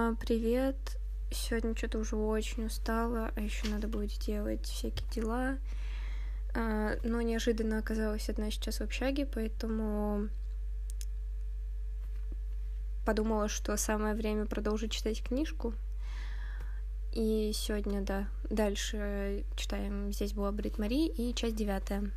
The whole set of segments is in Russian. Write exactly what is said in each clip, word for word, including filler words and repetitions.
А, привет. Сегодня что-то уже очень устала, а еще надо будет делать всякие дела. А, но неожиданно оказалась одна сейчас в общаге, поэтому подумала, что самое время продолжить читать книжку. И сегодня, да, дальше читаем «Здесь была Брит Мари» и часть девятая.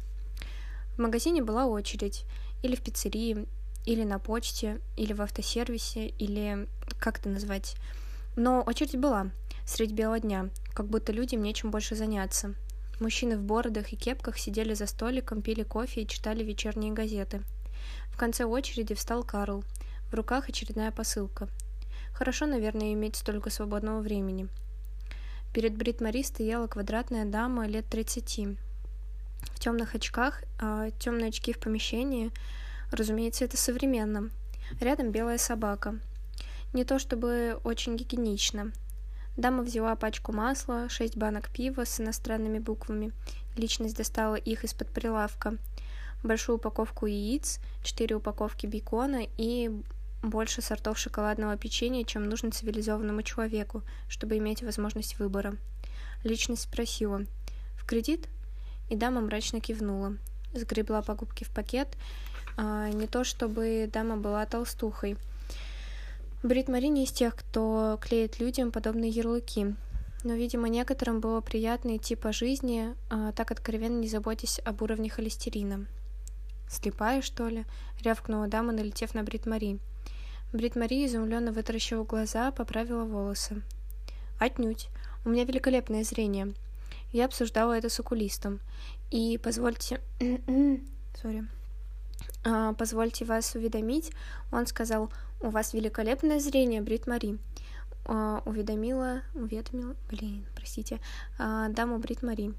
В магазине была очередь. Или в пиццерии, или на почте, или в автосервисе, или как это назвать. Но очередь была, средь бела дня, как будто людям нечем больше заняться. Мужчины в бородах и кепках сидели за столиком, пили кофе и читали вечерние газеты. В конце очереди встал Карл. В руках очередная посылка. Хорошо, наверное, иметь столько свободного времени. Перед Брит Мари стояла квадратная дама лет тридцати. В темных очках, а темные очки в помещении, разумеется, это современно. Рядом белая собака. Не то чтобы очень гигиенично. Дама взяла пачку масла, шесть банок пива с иностранными буквами. Личность достала их из-под прилавка. Большую упаковку яиц, четыре упаковки бекона и больше сортов шоколадного печенья, чем нужно цивилизованному человеку, чтобы иметь возможность выбора. Личность спросила: «В кредит?» И дама мрачно кивнула. Сгребла покупки в пакет. А, не то чтобы дама была толстухой. Брит Мари не из тех, кто клеит людям подобные ярлыки. Но, видимо, некоторым было приятно идти по жизни, а, так откровенно не заботясь об уровне холестерина. «Слепая, что ли?» — рявкнула дама, налетев на Брит Мари. Брит Мари изумленно вытаращила глаза, поправила волосы. «Отнюдь. У меня великолепное зрение. Я обсуждала это с окулистом. И позвольте... Сори. А, позвольте вас уведомить, он сказал: у вас великолепное зрение, Брит Мари. А, уведомила... Уведомила... Блин, простите. А, даму Брит Мари.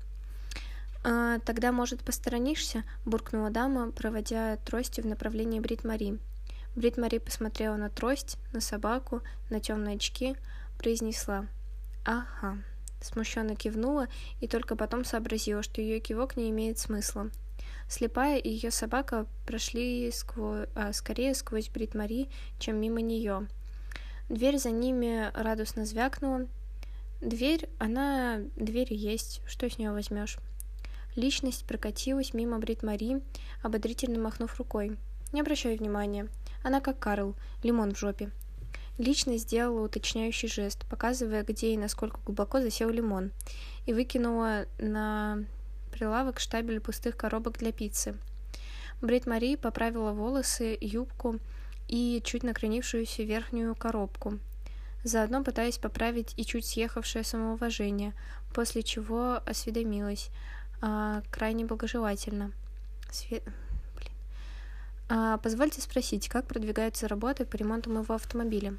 А, тогда, может, посторонишься?» — буркнула дама, проводя тростью в направлении Брит Мари. Брит Мари посмотрела на трость, на собаку, на темные очки, произнесла: «Ага». Смущенно кивнула и только потом сообразила, что ее кивок не имеет смысла. Слепая и ее собака прошли сквозь, а, скорее сквозь Брит Мари, чем мимо нее. Дверь за ними радостно звякнула. Дверь, она... Дверь есть, что с нее возьмешь? Личность прокатилась мимо Брит Мари, ободрительно махнув рукой. Не обращай внимания. Она как Карл, лимон в жопе. Личность сделала уточняющий жест, показывая, где и насколько глубоко засел лимон, и выкинула на прилавок штабель пустых коробок для пиццы. Брит Мари поправила волосы, юбку и чуть накренившуюся верхнюю коробку, заодно пытаясь поправить и чуть съехавшее самоуважение, после чего осведомилась, а, крайне благожелательно. Све... Блин. А, позвольте спросить, как продвигаются работы по ремонту моего автомобиля?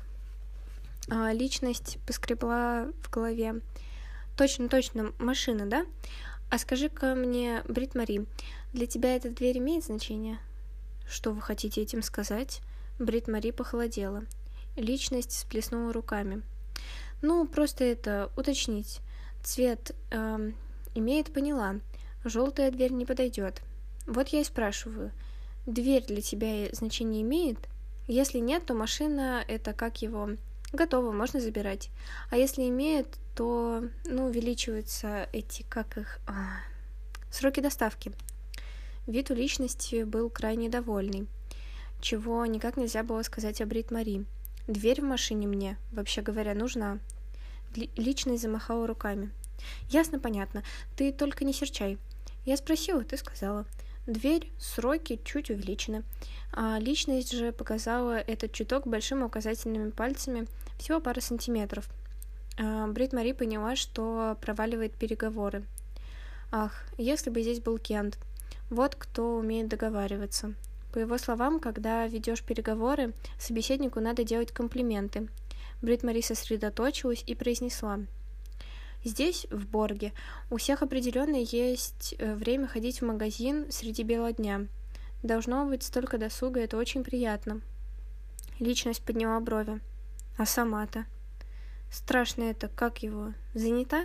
А, личность поскребла в голове. Точно, точно, машина, да? А скажи-ка мне, Брит Мари, для тебя эта дверь имеет значение? Что вы хотите этим сказать? Брит Мари похолодела. Личность всплеснула руками. Ну, просто это, уточнить. Цвет э, имеет, поняла. Желтая дверь не подойдет. Вот я и спрашиваю. Дверь для тебя значение имеет? Если нет, то машина это как его... Готово, можно забирать. А если имеет, то, ну, увеличиваются эти, как их, а, сроки доставки. Вид у личности был крайне довольный, чего никак нельзя было сказать о Брит Мари. Дверь в машине мне, вообще говоря, нужна. Личность замахала руками. Ясно, понятно. Ты только не серчай. Я спросила, ты сказала. Дверь, сроки чуть увеличены. А личность же показала этот чуток большими указательными пальцами, всего пара сантиметров. А Брит Мари поняла, что проваливает переговоры. Ах, если бы здесь был Кент. Вот кто умеет договариваться. По его словам, когда ведешь переговоры, собеседнику надо делать комплименты. Брит Мари сосредоточилась и произнесла: «Здесь, в Борге, у всех определенно есть время ходить в магазин среди бела дня. Должно быть столько досуга, это очень приятно». Личность подняла брови. «А сама-то? Страшно это, как его, занята?»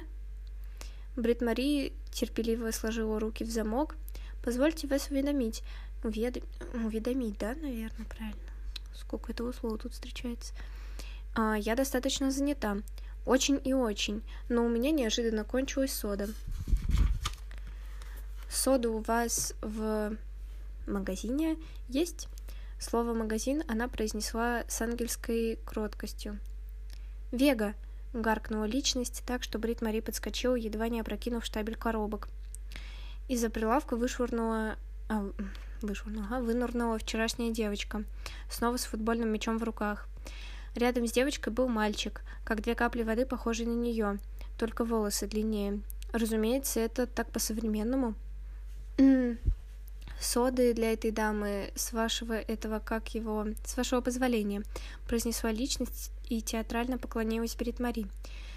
Брит Мари терпеливо сложила руки в замок. «Позвольте вас уведомить». Увед... Уведомить, да, наверное, правильно. Сколько этого слова тут встречается. А, я достаточно занята. Очень и очень. Но у меня неожиданно кончилась сода. Сода у вас в магазине есть? Слово «магазин» она произнесла с ангельской кроткостью. «Вега!» — гаркнула личность так, что Брит Мари подскочила, едва не опрокинув штабель коробок. Из-за прилавка вышвырнула... А, вышвырнула, ага, вынырнула вчерашняя девочка, снова с футбольным мячом в руках. Рядом с девочкой был мальчик, как две капли воды, похожий на нее, только волосы длиннее. Разумеется, это так по-современному. «Соды для этой дамы, с вашего этого, как его, с вашего позволения», — произнесла личность и театрально поклонилась Брит Мари.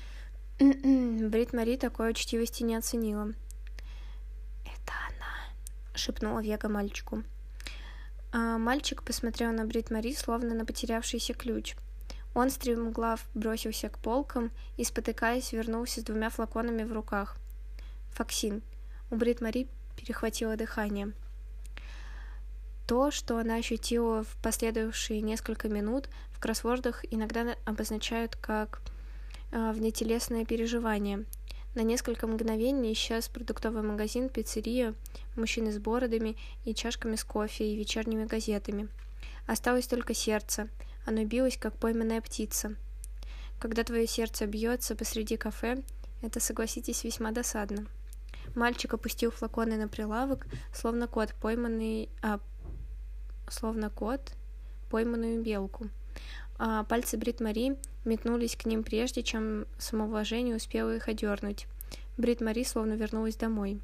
Брит Мари такой учтивости не оценила. «Это она», — шепнула Вега мальчику. А мальчик посмотрел на Брит Мари, словно на потерявшийся ключ. Он, стремглав, бросился к полкам и, спотыкаясь, вернулся с двумя флаконами в руках. «Фоксин». У Брит Мари перехватило дыхание. То, что она ощутила в последующие несколько минут, в кроссвордах иногда обозначают как э, внетелесное переживание. На несколько мгновений исчез продуктовый магазин, пиццерия, мужчины с бородами и чашками с кофе и вечерними газетами. Осталось только сердце. Оно билось, как пойманная птица. Когда твое сердце бьется посреди кафе, это, согласитесь, весьма досадно. Мальчик опустил флаконы на прилавок, словно кот, пойманный... А, словно кот, пойманную белку. А пальцы Брит Мари метнулись к ним прежде, чем самоуважение успело их одернуть. Брит Мари словно вернулась домой.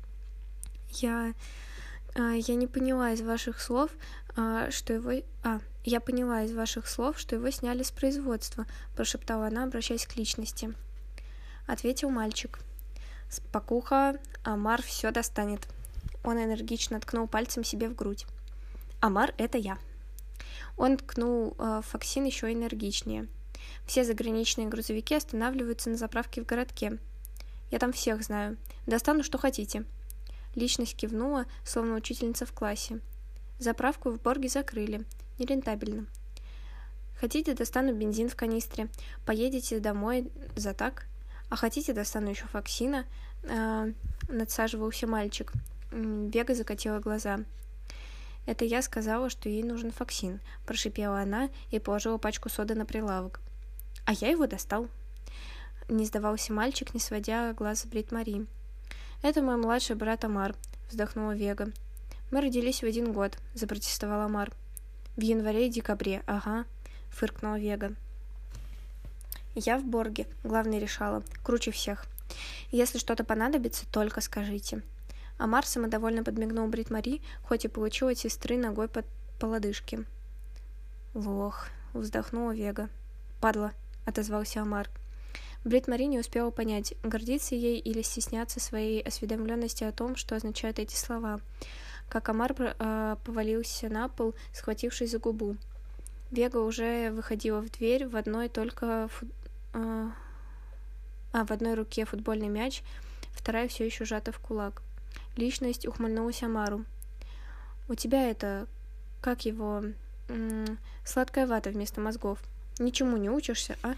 Я... А, я не поняла из ваших слов, а, что его... А, я поняла из ваших слов, что его сняли с производства, прошептала она, обращаясь к личности. Ответил мальчик. Спокуха, Амар все достанет. Он энергично ткнул пальцем себе в грудь. Амар — это я. Он ткнул э, Фоксин еще энергичнее. Все заграничные грузовики останавливаются на заправке в городке. Я там всех знаю. Достану, что хотите. Личность кивнула, словно учительница в классе. Заправку в Борге закрыли. Нерентабельно. Хотите, достану бензин в канистре. Поедете домой за так. А хотите, достану еще Фоксина. Э, надсаживался мальчик. Вега закатила глаза. «Это я сказала, что ей нужен Фоксин», — прошипела она и положила пачку соды на прилавок. «А я его достал». Не сдавался мальчик, не сводя глаз с Брит Мари. «Это мой младший брат Амар», — вздохнула Вега. «Мы родились в один год», — запротестовал Амар. «В январе и декабре, ага», — фыркнула Вега. «Я в Борге», — главный решала, круче всех. «Если что-то понадобится, только скажите». Амар самодовольно подмигнул Брит Мари, хоть и получил от сестры ногой под по лодыжке. «Лох», — вздохнула Вега. «Падла», — отозвался Амар. Брит Мари не успела понять, гордиться ей или стесняться своей осведомленности о том, что означают эти слова, как Амар э, повалился на пол, схватившись за губу. Вега уже выходила в дверь, в одной только фу... э... а в одной руке футбольный мяч, вторая все еще сжата в кулак. Личность ухмыльнулась Амару. «У тебя это... как его... М-м, сладкая вата вместо мозгов. Ничему не учишься, а?»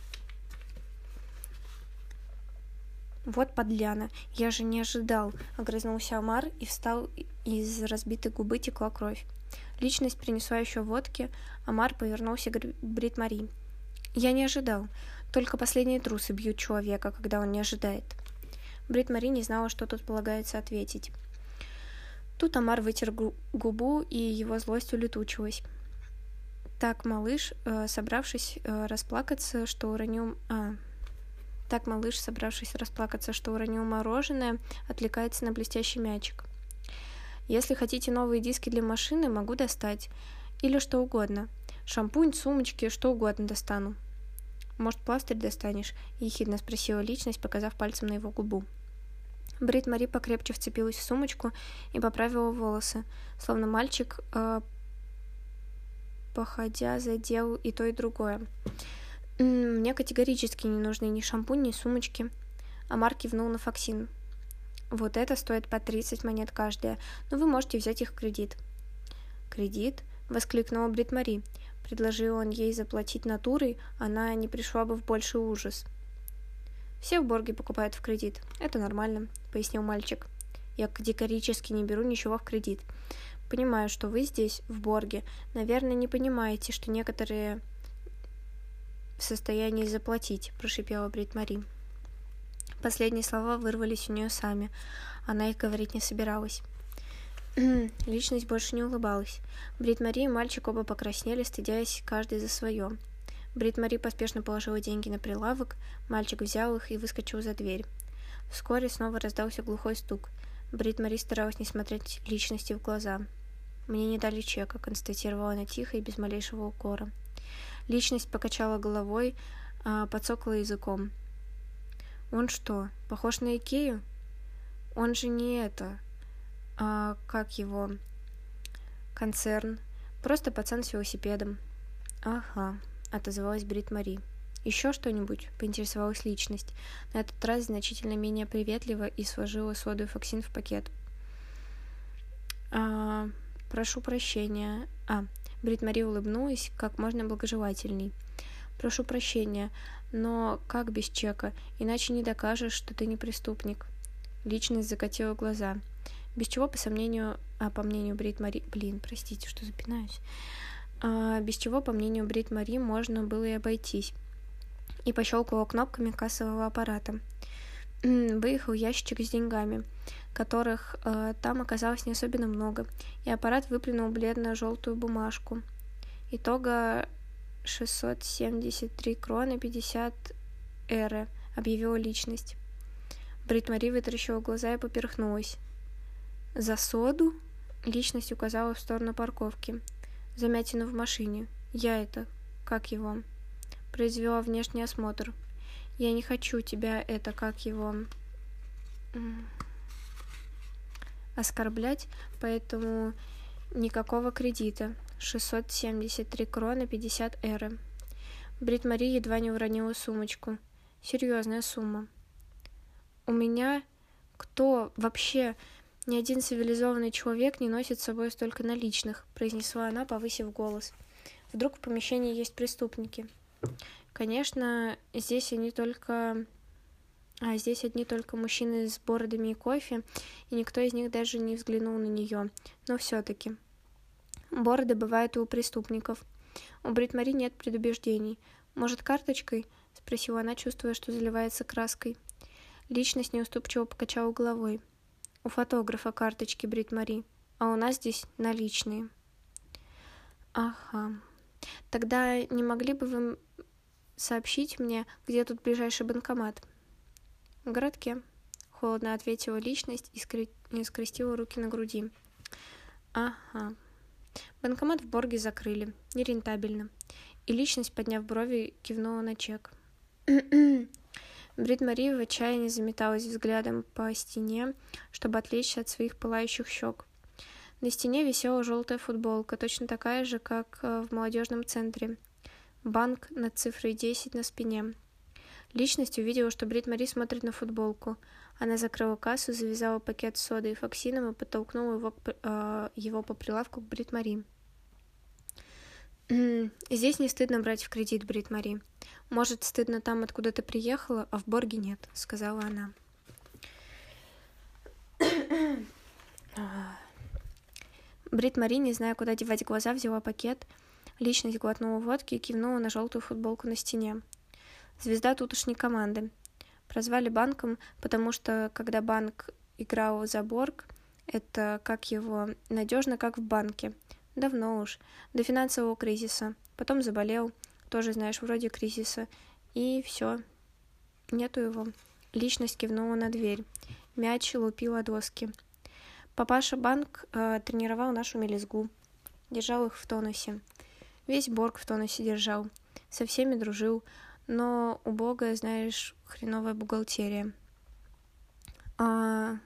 «Вот подляна, я же не ожидал», — огрызнулся Амар и встал, из разбитой губы текла кровь. Личность принесла еще водки, Амар повернулся к Брит Мари. «Я не ожидал. Только последние трусы бьют человека, когда он не ожидает». Брит Мари не знала, что тут полагается ответить. Тут Амар вытер губу, и его злость улетучилась. Так малыш, э, собравшись э, расплакаться, что уронил... А... Так малыш, собравшись расплакаться, что уронил мороженое, отвлекается на блестящий мячик. «Если хотите новые диски для машины, могу достать. Или что угодно. Шампунь, сумочки, что угодно достану». «Может, пластырь достанешь?» — ехидно спросила личность, показав пальцем на его губу. Брит Мари покрепче вцепилась в сумочку и поправила волосы, словно мальчик, э, походя, задел и то, и другое. «Мне категорически не нужны ни шампунь, ни сумочки». Амар кивнул на Фоксин. «Вот это стоит по тридцать монет каждая, но вы можете взять их в кредит». «Кредит?» — воскликнула Брит Мари. Предложил он ей заплатить натурой, она не пришла бы в больший ужас. «Все в Борге покупают в кредит. Это нормально», — пояснил мальчик. «Я категорически не беру ничего в кредит. Понимаю, что вы здесь, в Борге, наверное, не понимаете, что некоторые в состоянии заплатить», — прошипела Брит-Мари. Последние слова вырвались у нее сами. Она их говорить не собиралась. Личность больше не улыбалась. Брит-Мари и мальчик оба покраснели, стыдясь каждый за свое. Брит-Мари поспешно положила деньги на прилавок, мальчик взял их и выскочил за дверь. Вскоре снова раздался глухой стук. Брит-Мари старалась не смотреть личности в глаза. «Мне не дали чека», — констатировала она тихо и без малейшего укора. Личность покачала головой, а подсокала языком. «Он что, похож на Икею? Он же не это... А как его? Концерн. Просто пацан с велосипедом». «Ага», — отозвалась Брит-Мари. «Еще что-нибудь?» — поинтересовалась личность. На этот раз значительно менее приветливо и сложила соду и фоксин в пакет. А, «Прошу прощения». А, Брит-Мари улыбнулась как можно благожелательней. «Прошу прощения, но как без чека? Иначе не докажешь, что ты не преступник». Личность закатила глаза. Без чего, по сомнению, а по мнению Брит-Мари... Блин, простите, что запинаюсь. А, без чего, по мнению Брит-Мари, можно было и обойтись. И пощелкала кнопками кассового аппарата. Выехал ящичек с деньгами, которых э, там оказалось не особенно много, и аппарат выплюнул бледно-желтую бумажку. Итога шестьсот семьдесят три кроны пятьдесят эры, объявила личность. Брит-Мари вытаращила глаза и поперхнулась. «За соду?» — личность указала в сторону парковки. «Замятину в машине. Я это... Как его?» Произвела внешний осмотр. «Я не хочу тебя это... Как его...» оскорблять, поэтому никакого кредита. шестьсот семьдесят три кроны пятьдесят эры. Брит-Мари едва не уронила сумочку. Серьезная сумма. «У меня... Кто вообще... Ни один цивилизованный человек не носит с собой столько наличных», — произнесла она, повысив голос. «Вдруг в помещении есть преступники?» Конечно, здесь они только... А здесь одни только мужчины с бородами и кофе, и никто из них даже не взглянул на нее. Но все-таки. Бороды бывают и у преступников. У Брит-Мари нет предубеждений. «Может, карточкой?» — спросила она, чувствуя, что заливается краской. Личность неуступчиво покачала головой. «У фотографа карточки, Брит-Мари, а у нас здесь наличные». «Ага. Тогда не могли бы вы сообщить мне, где тут ближайший банкомат?» «В городке», — холодно ответила личность и, скре... и скрестила руки на груди. «Ага. Банкомат в Борге закрыли. Нерентабельно». И личность, подняв брови, кивнула на чек. Брит-Мари в отчаянии заметалась взглядом по стене, чтобы отвлечься от своих пылающих щек. На стене висела желтая футболка, точно такая же, как в молодежном центре. Банк над цифрой десять на спине. Личность увидела, что Брит-Мари смотрит на футболку. Она закрыла кассу, завязала пакет с содой и фоксином и подтолкнула его, э, его по прилавку к Брит-Мари. «Здесь не стыдно брать в кредит, Брит-Мари. Может, стыдно там, откуда ты приехала, а в Борге нет», — сказала она. Брит-Мари, не зная, куда девать глаза, взяла пакет. Личность глотнула водки и кивнула на желтую футболку на стене. Звезда тутошней команды. Прозвали банком, потому что, когда банк играл за Борг, это, как его, надежно, как в банке. Давно уж. До финансового кризиса. Потом заболел. Тоже, знаешь, вроде кризиса. И все. Нету его. Личность кивнула на дверь. Мяч лупил о доски. Папаша Банк э, тренировал нашу мелизгу. Держал их в тонусе. Весь Борг в тонусе держал. Со всеми дружил. Но убогая, знаешь, хреновая бухгалтерия. А...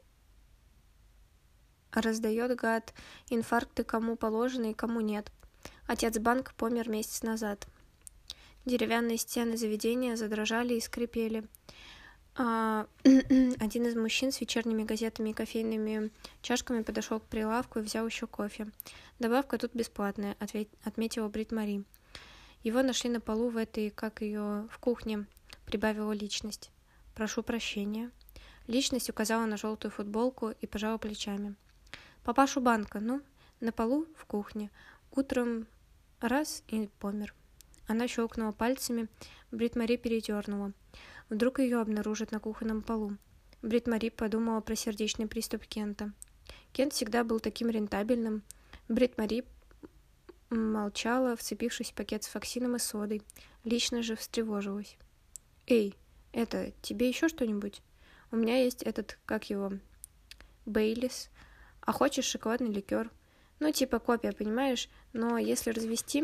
Раздает, гад, инфаркты кому положено и кому нет. Отец банка помер месяц назад. Деревянные стены заведения задрожали и скрипели. А, Один из мужчин с вечерними газетами и кофейными чашками подошел к прилавку и взял еще кофе. «Добавка тут бесплатная», — ответ... отметила Брит Мари. «Его нашли на полу в этой, как ее, в кухне», — прибавила личность. «Прошу прощения». Личность указала на желтую футболку и пожала плечами. «Папашу банка, ну, на полу в кухне. Утром раз и помер». Она щелкнула пальцами, Брит Мари передернула. Вдруг ее обнаружат на кухонном полу. Брит Мари подумала про сердечный приступ Кента. Кент всегда был таким рентабельным. Брит Мари молчала, вцепившись в пакет с фоксином и содой. Лично же встревожилась. «Эй, это, тебе еще что-нибудь? У меня есть этот, как его, Бейлис. А хочешь шоколадный ликер? Ну, типа копия, понимаешь? Но если развести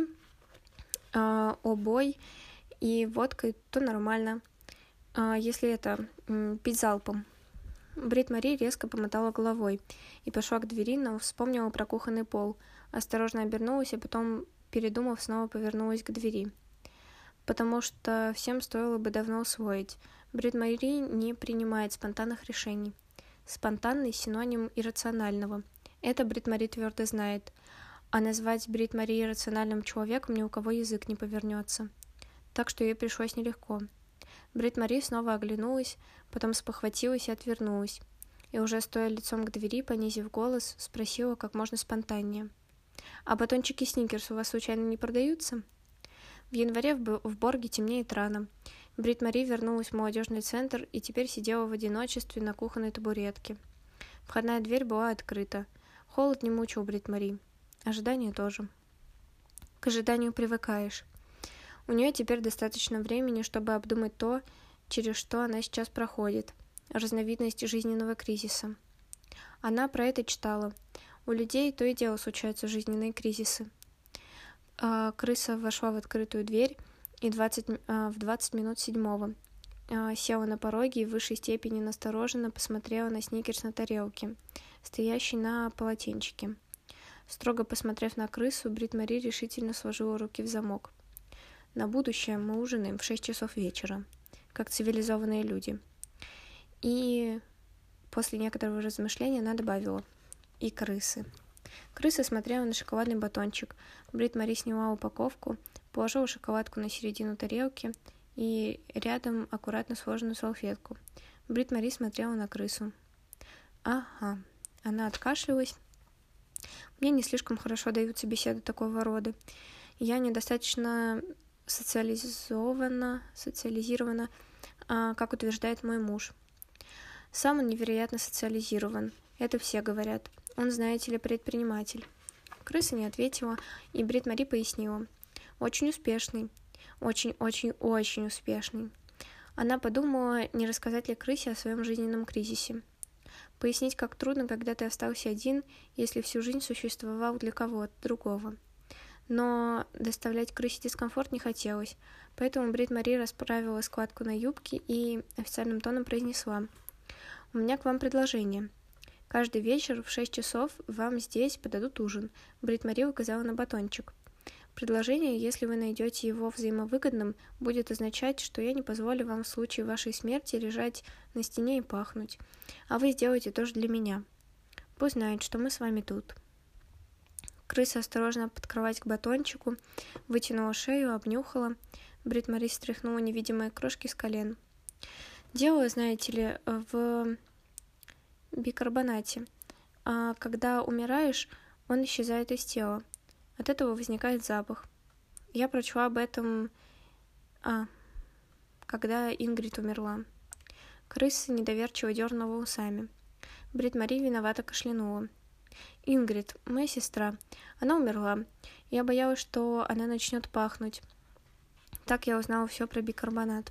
э, обой и водкой, то нормально. А если это, м, пить залпом». Брит Мари резко помотала головой и пошла к двери, но вспомнила про кухонный пол. Осторожно обернулась, и потом, передумав, снова повернулась к двери. Потому что всем стоило бы давно усвоить. Брит Мари не принимает спонтанных решений. Спонтанный — синоним иррационального. Это Брит Мари твердо знает. А назвать Брит Мари иррациональным человеком ни у кого язык не повернется. Так что ей пришлось нелегко. Брит Мари снова оглянулась, потом спохватилась и отвернулась. И уже стоя лицом к двери, понизив голос, спросила как можно спонтаннее. «А батончики Сникерс у вас случайно не продаются?» В январе в, в Борге темнеет рано. Брит Мари вернулась в молодежный центр и теперь сидела в одиночестве на кухонной табуретке. Входная дверь была открыта. Холод не мучил Брит Мари. Ожидание тоже. К ожиданию привыкаешь. У нее теперь достаточно времени, чтобы обдумать то, через что она сейчас проходит. Разновидность жизненного кризиса. Она про это читала. У людей то и дело случаются жизненные кризисы. А, крыса вошла в открытую дверь и двадцать, а, в двадцать минут седьмого. А, села на пороге и в высшей степени настороженно посмотрела на сникерс на тарелке, стоящий на полотенчике. Строго посмотрев на крысу, Брит Мари решительно сложила руки в замок. «На будущее мы ужинаем в шесть часов вечера, как цивилизованные люди». И после некоторого размышления она добавила: «И крысы». Крыса смотрела на шоколадный батончик. Брит Мари сняла упаковку, положила шоколадку на середину тарелки и рядом аккуратно сложенную салфетку. Брит Мари смотрела на крысу. «Ага». Она откашлялась. «Мне не слишком хорошо даются беседы такого рода. Я недостаточно социализована, социализирована, а, как утверждает мой муж. Сам он невероятно социализирован. Это все говорят. Он, знаете ли, предприниматель». Крыса не ответила, и Брит Мари пояснила. «Очень успешный. Очень-очень-очень успешный». Она подумала, не рассказать ли крысе о своем жизненном кризисе. Пояснить, как трудно, когда ты остался один, если всю жизнь существовал для кого-то другого. Но доставлять крысе дискомфорт не хотелось, поэтому Брит Мари расправила складку на юбке и официальным тоном произнесла: «У меня к вам предложение. Каждый вечер в шесть часов вам здесь подадут ужин». Брит Мари указала на батончик. «Предложение, если вы найдете его взаимовыгодным, будет означать, что я не позволю вам в случае вашей смерти лежать на стене и пахнуть, а вы сделаете то же для меня. Пусть знает, что мы с вами тут». Крыса осторожно подкралась к батончику, вытянула шею, обнюхала. Брит Мари стряхнула невидимые крошки с колен. «Дело, знаете ли, в бикарбонате. А когда умираешь, он исчезает из тела. От этого возникает запах. Я прочла об этом, а, когда Ингрид умерла». Крыса недоверчиво дернула усами. Брит Мари виновато кашлянула. «Ингрид, моя сестра. Она умерла. Я боялась, что она начнет пахнуть. Так я узнала все про бикарбонат.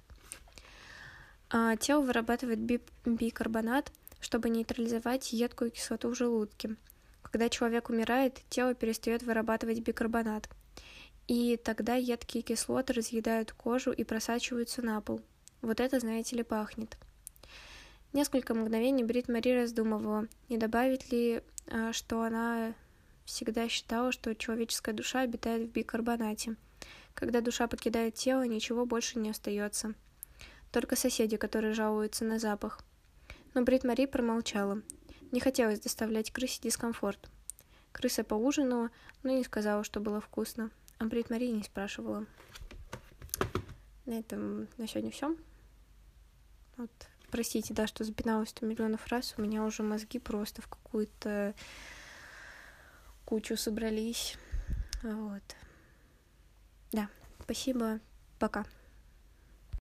А, тело вырабатывает би- бикарбонат, чтобы нейтрализовать едкую кислоту в желудке. Когда человек умирает, тело перестает вырабатывать бикарбонат. И тогда едкие кислоты разъедают кожу и просачиваются на пол. Вот это, знаете ли, пахнет». Несколько мгновений Брит Мари раздумывала, не добавить ли, что она всегда считала, что человеческая душа обитает в бикарбонате. Когда душа покидает тело, ничего больше не остается. только соседи, которые жалуются на запах. Но Брит Мари промолчала. Не хотелось доставлять крысе дискомфорт. Крыса поужинала, но не сказала, что было вкусно. А Брит Мари не спрашивала. На этом на сегодня все. Вот. Простите, да, что запиналась сто миллионов раз. У меня уже мозги просто в какую-то кучу собрались. Вот. Да, спасибо. Пока.